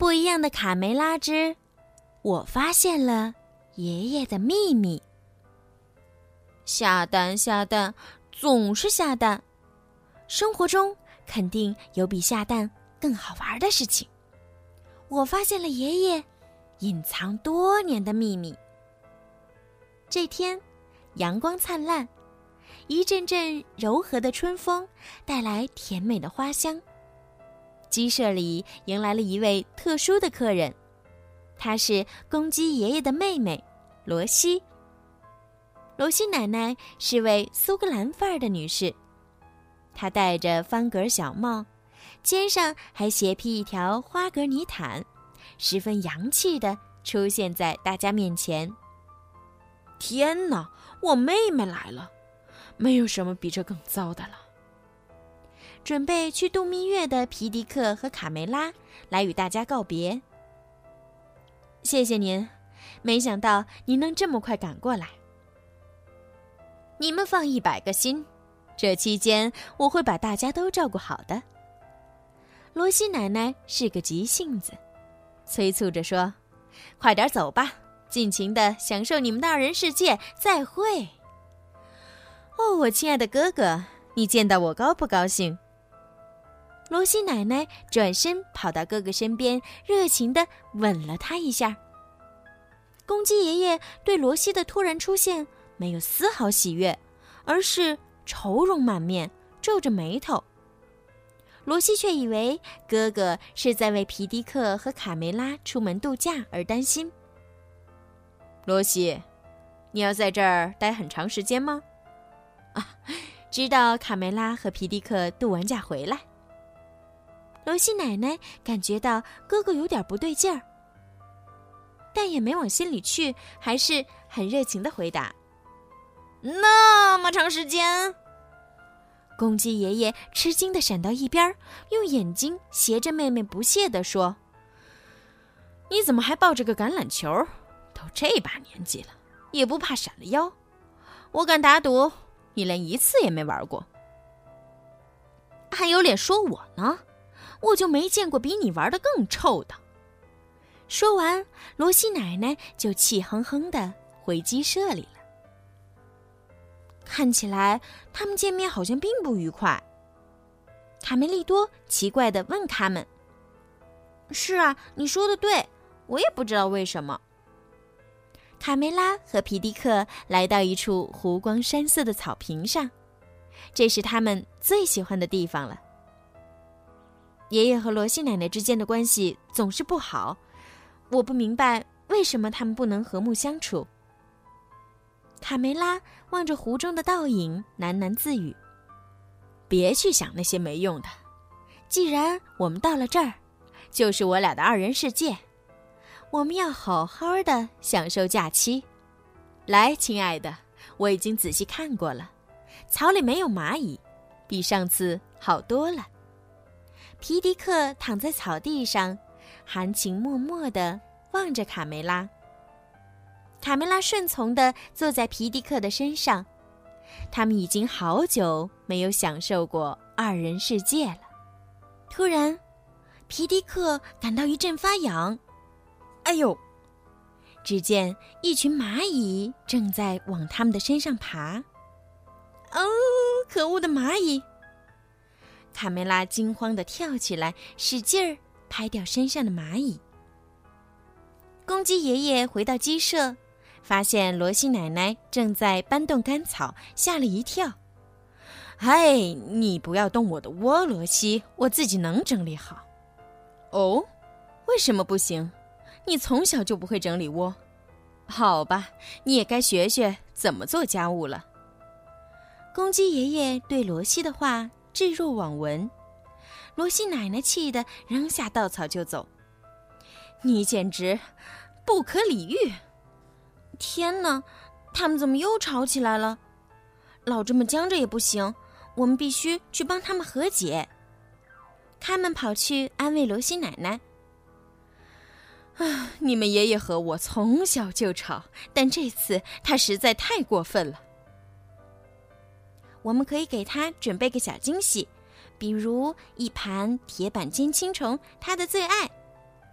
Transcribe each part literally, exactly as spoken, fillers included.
不一样的卡梅拉之我发现了爷爷的秘密。下蛋下蛋，总是下蛋。生活中肯定有比下蛋更好玩的事情。我发现了爷爷隐藏多年的秘密。这天，阳光灿烂，一阵阵柔和的春风带来甜美的花香。鸡舍里迎来了一位特殊的客人，她是公鸡爷爷的妹妹罗西。罗西奶奶是位苏格兰范儿的女士，她戴着方格小帽，肩上还斜披一条花格呢毯，十分洋气地出现在大家面前。 天哪，我妹妹来了，没有什么比这更糟的了。 准备去度蜜月的皮迪克和卡梅拉来与大家告别。谢谢您，没想到您能这么快赶过来。你们放一百个心，这期间我会把大家都照顾好的。罗西奶奶是个急性子，催促着说：“快点走吧，尽情地享受你们的二人世界，再会。”哦，我亲爱的哥哥，你见到我高不高兴？罗西奶奶转身跑到哥哥身边，热情地吻了他一下。公鸡爷爷对罗西的突然出现没有丝毫喜悦，而是愁容满面，皱着眉头。罗西却以为哥哥是在为皮迪克和卡梅拉出门度假而担心。罗西，你要在这儿待很长时间吗？啊，直到卡梅拉和皮迪克度完假回来。罗西奶奶感觉到哥哥有点不对劲儿，但也没往心里去，还是很热情地回答：“ 那么长时间？” 公鸡爷爷吃惊地闪到一边，用眼睛斜着妹妹不屑地说：“ 你怎么还抱着个橄榄球？都这把年纪了，也不怕闪了腰？我敢打赌，你连一次也没玩过。 还有脸说我呢？我就没见过比你玩得更臭的。”说完，罗西奶奶就气哼哼地回鸡舍里了。看起来他们见面好像并不愉快。卡梅利多奇怪地问他们：“是啊，你说的对，我也不知道为什么。”卡梅拉和皮迪克来到一处湖光山色的草坪上，这是他们最喜欢的地方了。爷爷和罗西奶奶之间的关系总是不好，我不明白为什么他们不能和睦相处。卡梅拉望着湖中的倒影，喃喃自语：“别去想那些没用的，既然我们到了这儿，就是我俩的二人世界，我们要好好的享受假期。来，亲爱的，我已经仔细看过了，草里没有蚂蚁，比上次好多了。”皮迪克躺在草地上，含情脉脉地望着卡梅拉。卡梅拉顺从地坐在皮迪克的身上，他们已经好久没有享受过二人世界了。突然，皮迪克感到一阵发痒，哎呦！只见一群蚂蚁正在往他们的身上爬。哦，可恶的蚂蚁！卡梅拉惊慌地跳起来，使劲儿拍掉身上的蚂蚁。公鸡爷爷回到鸡舍，发现罗西奶奶正在搬动干草，吓了一跳。哎，你不要动我的窝，罗西，我自己能整理好。哦，为什么不行？你从小就不会整理窝。好吧，你也该学学怎么做家务了。公鸡爷爷对罗西的话置若罔闻，罗西奶奶气得扔下稻草就走。你简直不可理喻！天哪，他们怎么又吵起来了？老这么僵着也不行，我们必须去帮他们和解。他们跑去安慰罗西奶奶：“啊，你们爷爷和我从小就吵，但这次他实在太过分了。我们可以给他准备个小惊喜，比如一盘铁板煎青虫，他的最爱。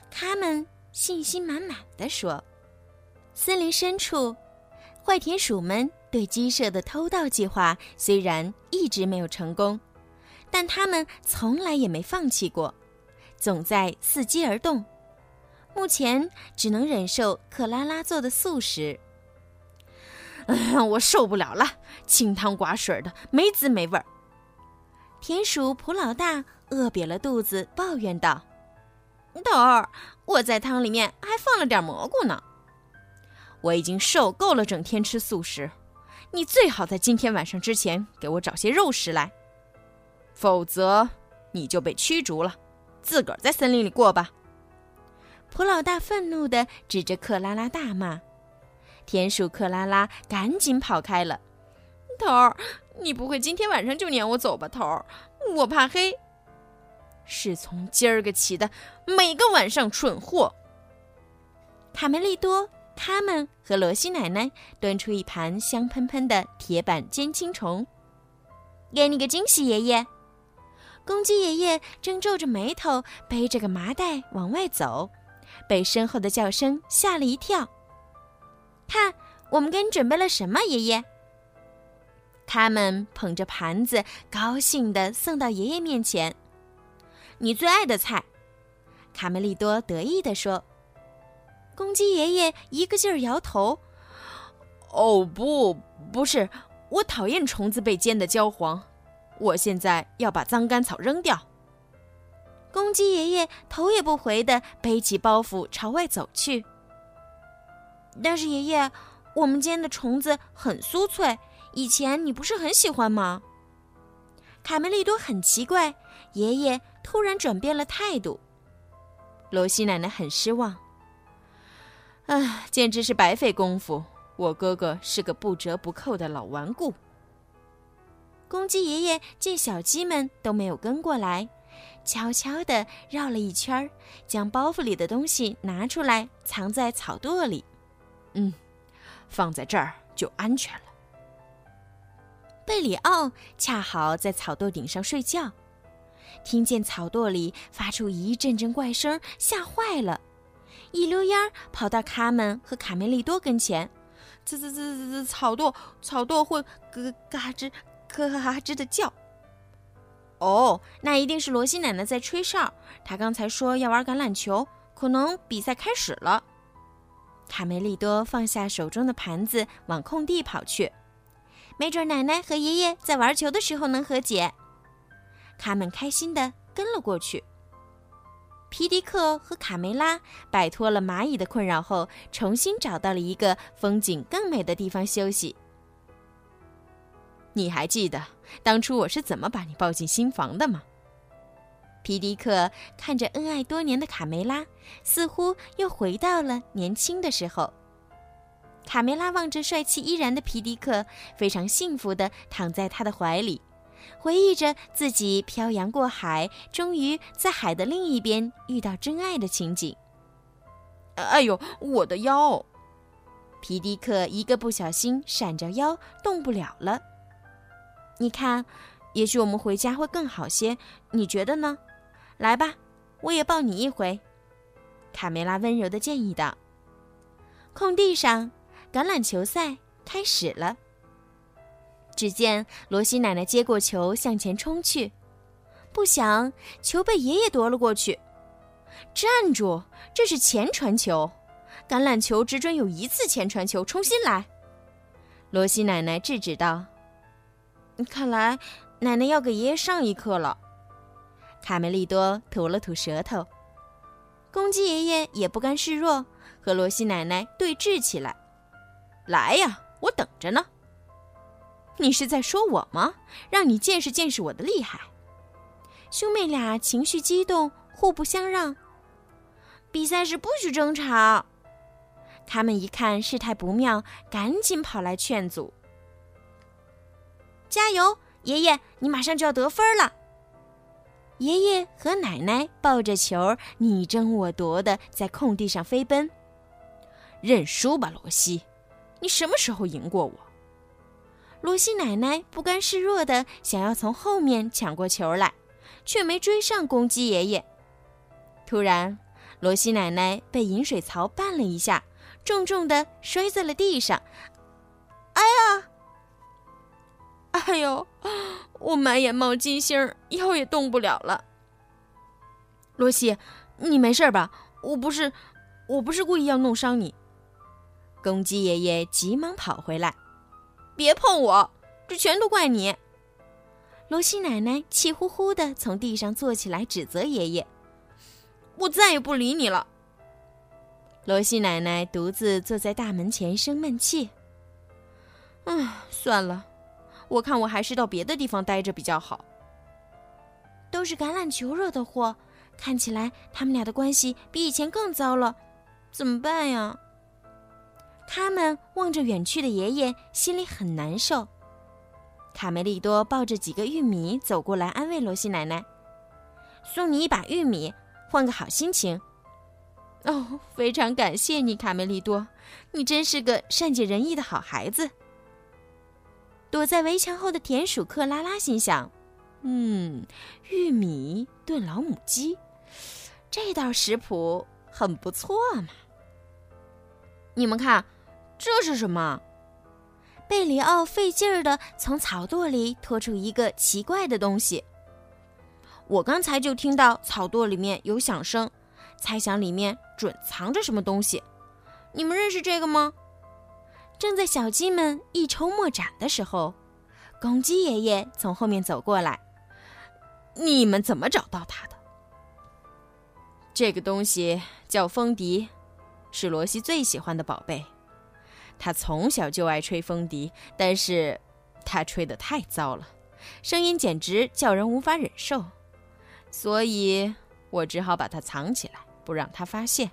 他们信心满满地说。森林深处，坏田鼠们对鸡舍的偷盗计划虽然一直没有成功，但他们从来也没放弃过，总在伺机而动。目前只能忍受克拉拉做的素食。 哎，我受不了了，清汤寡水的，没滋没味儿。 田鼠普老大饿瘪了肚子，抱怨道：头儿，我在汤里面还放了点蘑菇呢。 我已经受够了整天吃素食，你最好在今天晚上之前给我找些肉食来，否则你就被驱逐了，自个儿在森林里过吧。 普老大愤怒地指着克拉拉大骂，田鼠克拉拉赶紧跑开了。 头儿，你不会今天晚上就撵我走吧？头儿，我怕黑。是从今儿个起的，每个晚上，蠢货。 卡梅利多他们和罗西奶奶端出一盘香喷喷的铁板煎青虫。给你个惊喜，爷爷。公鸡爷爷正皱着眉头背着个麻袋往外走，被身后的叫声吓了一跳。看，我们给你准备了什么，爷爷？他们捧着盘子高兴地送到爷爷面前。你最爱的菜，卡梅利多得意地说。公鸡爷爷一个劲儿摇头。 哦不，不是，我讨厌虫子被煎得焦黄，我现在要把脏干草扔掉。 公鸡爷爷头也不回地背起包袱朝外走去。但是爷爷，我们煎的虫子很酥脆，以前你不是很喜欢吗？卡梅利多很奇怪，爷爷突然转变了态度。 罗西奶奶很失望。唉，简直是白费功夫，我哥哥是个不折不扣的老顽固。 公鸡爷爷见小鸡们都没有跟过来，悄悄地绕了一圈，将包袱里的东西拿出来，藏在草垛里。 嗯，放在这儿就安全了。 贝里奥恰好在草垛顶上睡觉，听见草垛里发出一阵阵怪声，吓坏了，一溜烟跑到卡门和卡梅利多跟前。 滋滋滋滋滋，草垛，草垛会咯嘎吱咯嘎吱的叫。 哦，那一定是罗西奶奶在吹哨，她刚才说要玩橄榄球，可能比赛开始了。卡梅利多放下手中的盘子，往空地跑去。没准奶奶和爷爷在玩球的时候能和解。卡门开心地跟了过去。皮迪克和卡梅拉摆脱了蚂蚁的困扰后，重新找到了一个风景更美的地方休息。 你还记得当初我是怎么把你抱进新房的吗？ 皮迪克看着恩爱多年的卡梅拉，似乎又回到了年轻的时候。卡梅拉望着帅气依然的皮迪克，非常幸福地躺在他的怀里，回忆着自己漂洋过海，终于在海的另一边遇到真爱的情景。 哎呦，我的腰！ 皮迪克一个不小心闪着腰，动不了了。你看，也许我们回家会更好些，你觉得呢？来吧，我也抱你一回。卡梅拉温柔地建议道。空地上，橄榄球赛开始了。只见罗西奶奶接过球向前冲去，不想球被爷爷夺了过去。站住，这是前传球，橄榄球只准有一次前传球，重新来。罗西奶奶制止道。看来奶奶要给爷爷上一课了。卡梅利多吐了吐舌头。公鸡爷爷也不甘示弱，和罗西奶奶对峙起来。 来呀，我等着呢。 你是在说我吗？让你见识见识我的厉害。兄妹俩情绪激动，互不相让。比赛时不许争吵。他们一看事态不妙，赶紧跑来劝阻。加油，爷爷，你马上就要得分了。爷爷和奶奶抱着球，你争我夺的在空地上飞奔。 认输吧，罗西，你什么时候赢过我？ 罗西奶奶不甘示弱的想要从后面抢过球来，却没追上公鸡爷爷。突然， 罗西奶奶被饮水槽绊了一下，重重地摔在了地上。哎呀！哎呦，我满眼冒金星，腰也动不了了。罗西，你没事吧？我不是，我不是故意要弄伤你。公鸡爷爷急忙跑回来，别碰我，这全都怪你。罗西奶奶气呼呼地从地上坐起来，指责爷爷：我再也不理你了。罗西奶奶独自坐在大门前生闷气。唉，算了，我看我还是到别的地方待着比较好。都是橄榄球惹的祸，看起来他们俩的关系比以前更糟了，怎么办呀？他们望着远去的爷爷，心里很难受。卡梅利多抱着几个玉米走过来，安慰罗西奶奶：送你一把玉米，换个好心情。哦，非常感谢你，卡梅利多，你真是个善解人意的好孩子。躲在围墙后的田鼠克拉拉心想：嗯，玉米炖老母鸡，这道食谱很不错嘛。你们看，这是什么？贝里奥费劲儿地从草垛里拖出一个奇怪的东西。我刚才就听到草垛里面有响声，猜想里面准藏着什么东西。你们认识这个吗？正在小鸡们一筹莫展的时候，公鸡爷爷从后面走过来。你们怎么找到它的？这个东西叫风笛，是罗西最喜欢的宝贝。他从小就爱吹风笛，但是他吹得太糟了，声音简直叫人无法忍受，所以我只好把它藏起来，不让他发现。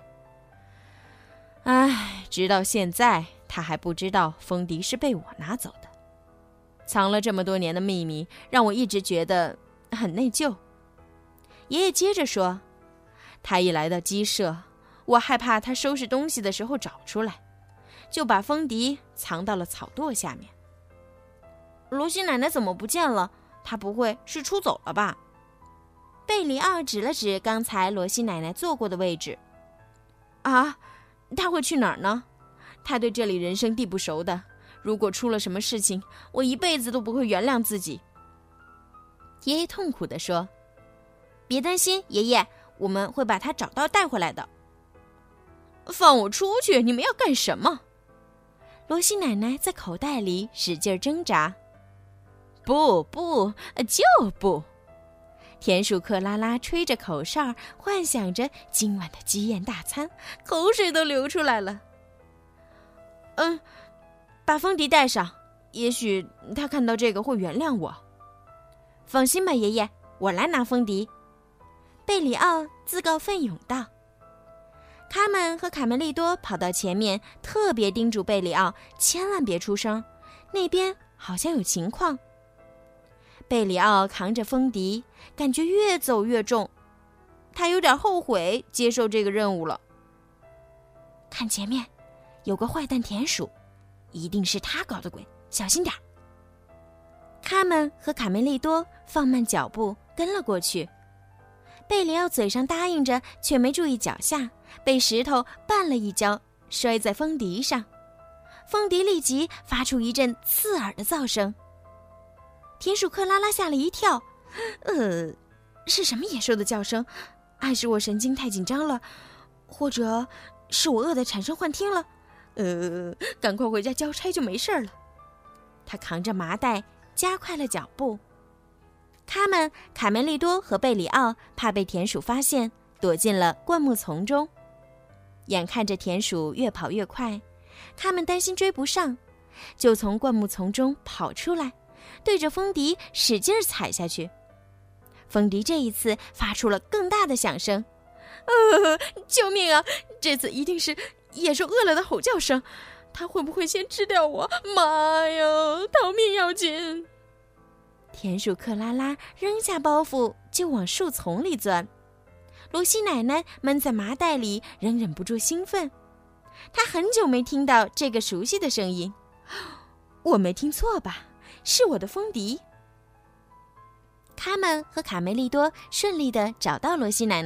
唉，直到现在他还不知道风笛是被我拿走的。藏了这么多年的秘密，让我一直觉得很内疚。爷爷接着说，他一来到鸡舍，我害怕他收拾东西的时候找出来，就把风笛藏到了草垛下面。罗西奶奶怎么不见了？她不会是出走了吧？贝里奥指了指刚才罗西奶奶坐过的位置。啊，她会去哪儿呢？她对这里人生地不熟的，如果出了什么事情，我一辈子都不会原谅自己。爷爷痛苦地说：别担心，爷爷，我们会把她找到带回来的。放我出去！你们要干什么？罗西奶奶在口袋里使劲挣扎。不不，就不！田鼠克拉拉吹着口哨，幻想着今晚的鸡宴大餐，口水都流出来了。嗯，把风笛带上，也许他看到这个会原谅我。放心吧，爷爷，我来拿风笛。贝里奥自告奋勇道。卡门和卡梅利多跑到前面，特别叮嘱贝里奥千万别出声，那边好像有情况。贝里奥扛着风笛，感觉越走越重，他有点后悔接受这个任务了。看前面，有个坏蛋田鼠，一定是他搞的鬼，小心点。卡门和卡梅利多放慢脚步跟了过去。贝里奥嘴上答应着，却没注意脚下，被石头绊了一跤，摔在风笛上。风笛立即发出一阵刺耳的噪声。田鼠克拉拉吓了一跳，呃，是什么野兽的叫声？还是我神经太紧张了？或者是我饿得产生幻听了？呃，赶快回家交差就没事了。他扛着麻袋，加快了脚步。他们卡梅利多和贝里奥怕被田鼠发现，躲进了灌木丛中。眼看着田鼠越跑越快，他们担心追不上，就从灌木丛中跑出来，对着风笛使劲踩下去。风笛这一次发出了更大的响声。呃，救命啊！这次一定是野兽饿了的吼叫声，它会不会先吃掉我？妈呀，逃命要紧！田鼠克拉拉扔下包袱就往树丛里钻。罗西奶奶闷在麻袋里，仍忍不住兴奋。她很久没听到这个熟悉的声音，我没听错吧？是我的风笛。卡门和卡梅利多顺利地找到罗西奶奶，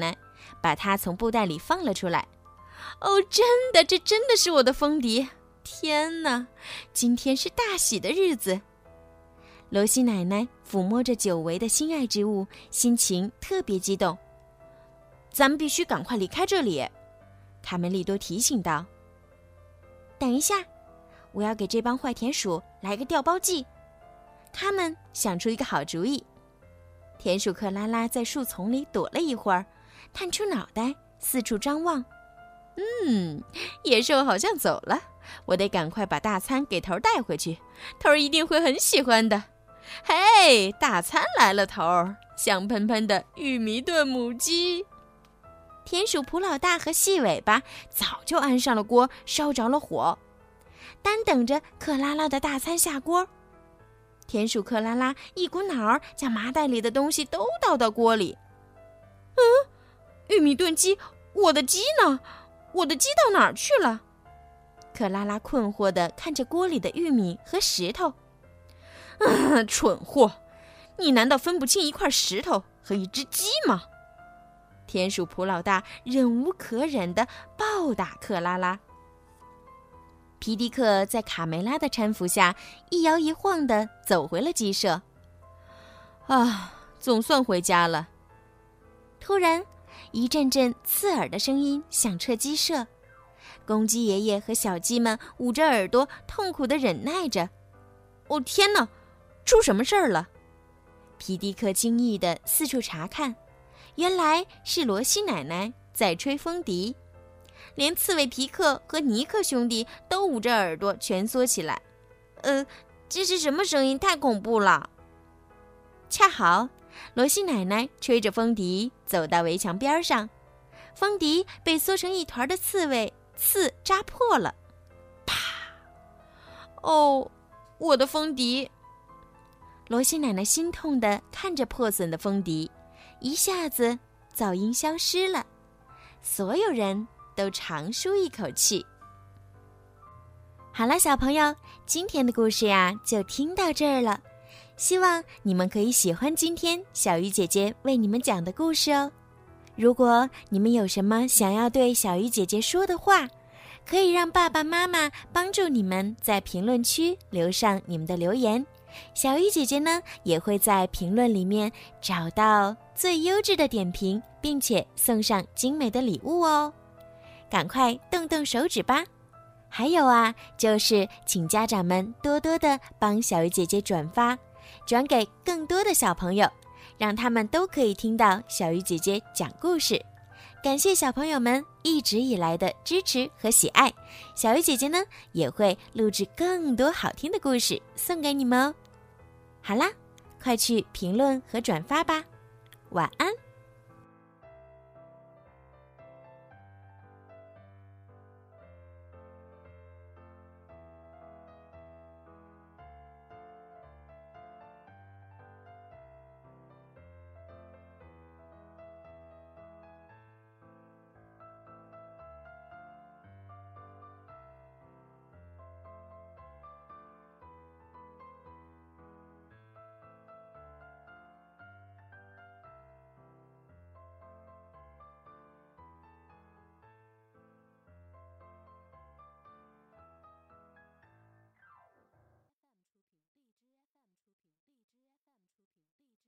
把它从布袋里放了出来。哦，真的，这真的是我的风笛！天哪，今天是大喜的日子。罗西奶奶抚摸着久违的心爱之物，心情特别激动。咱们必须赶快离开这里，卡梅利多提醒道。等一下，我要给这帮坏田鼠来个调包计。他们想出一个好主意。田鼠克拉拉在树丛里躲了一会儿，探出脑袋四处张望。嗯，野兽好像走了，我得赶快把大餐给头带回去，头一定会很喜欢的。嘿，大餐来了，头儿，香喷喷的玉米炖母鸡。田鼠普老大和细尾巴早就安上了锅，烧着了火，单等着克拉拉的大餐下锅。田鼠克拉拉一股脑儿将麻袋里的东西都倒到锅里。嗯，玉米炖鸡，我的鸡呢？我的鸡到哪儿去了？克拉拉困惑地看着锅里的玉米和石头。啊，蠢货，你难道分不清一块石头和一只鸡吗？田鼠普老大忍无可忍地暴打克拉拉。皮迪克在卡梅拉的搀扶下一摇一晃地走回了鸡舍。啊，总算回家了。突然，一阵阵刺耳的声音响彻鸡舍，公鸡爷爷和小鸡们捂着耳朵，痛苦地忍耐着。哦，天哪，出什么事儿了？皮迪克惊异地四处查看，原来是罗西奶奶在吹风笛。连刺猬皮克和尼克兄弟都捂着耳朵蜷缩起来。呃，这是什么声音？太恐怖了！恰好，罗西奶奶吹着风笛走到围墙边上，风笛被缩成一团的刺猬刺扎破了。啪！哦，我的风笛！罗西奶奶心痛地看着破损的风笛，一下子噪音消失了，所有人都长舒一口气。好了，小朋友，今天的故事呀就听到这儿了。希望你们可以喜欢今天小鱼姐姐为你们讲的故事哦。如果你们有什么想要对小鱼姐姐说的话，可以让爸爸妈妈帮助你们在评论区留上你们的留言。小鱼姐姐呢也会在评论里面找到最优质的点评，并且送上精美的礼物哦。赶快动动手指吧！还有啊，就是请家长们多多的帮小鱼姐姐转发，转给更多的小朋友，让他们都可以听到小鱼姐姐讲故事。感谢小朋友们一直以来的支持和喜爱，小鱼姐姐呢也会录制更多好听的故事送给你们哦。好啦，快去评论和转发吧，晚安。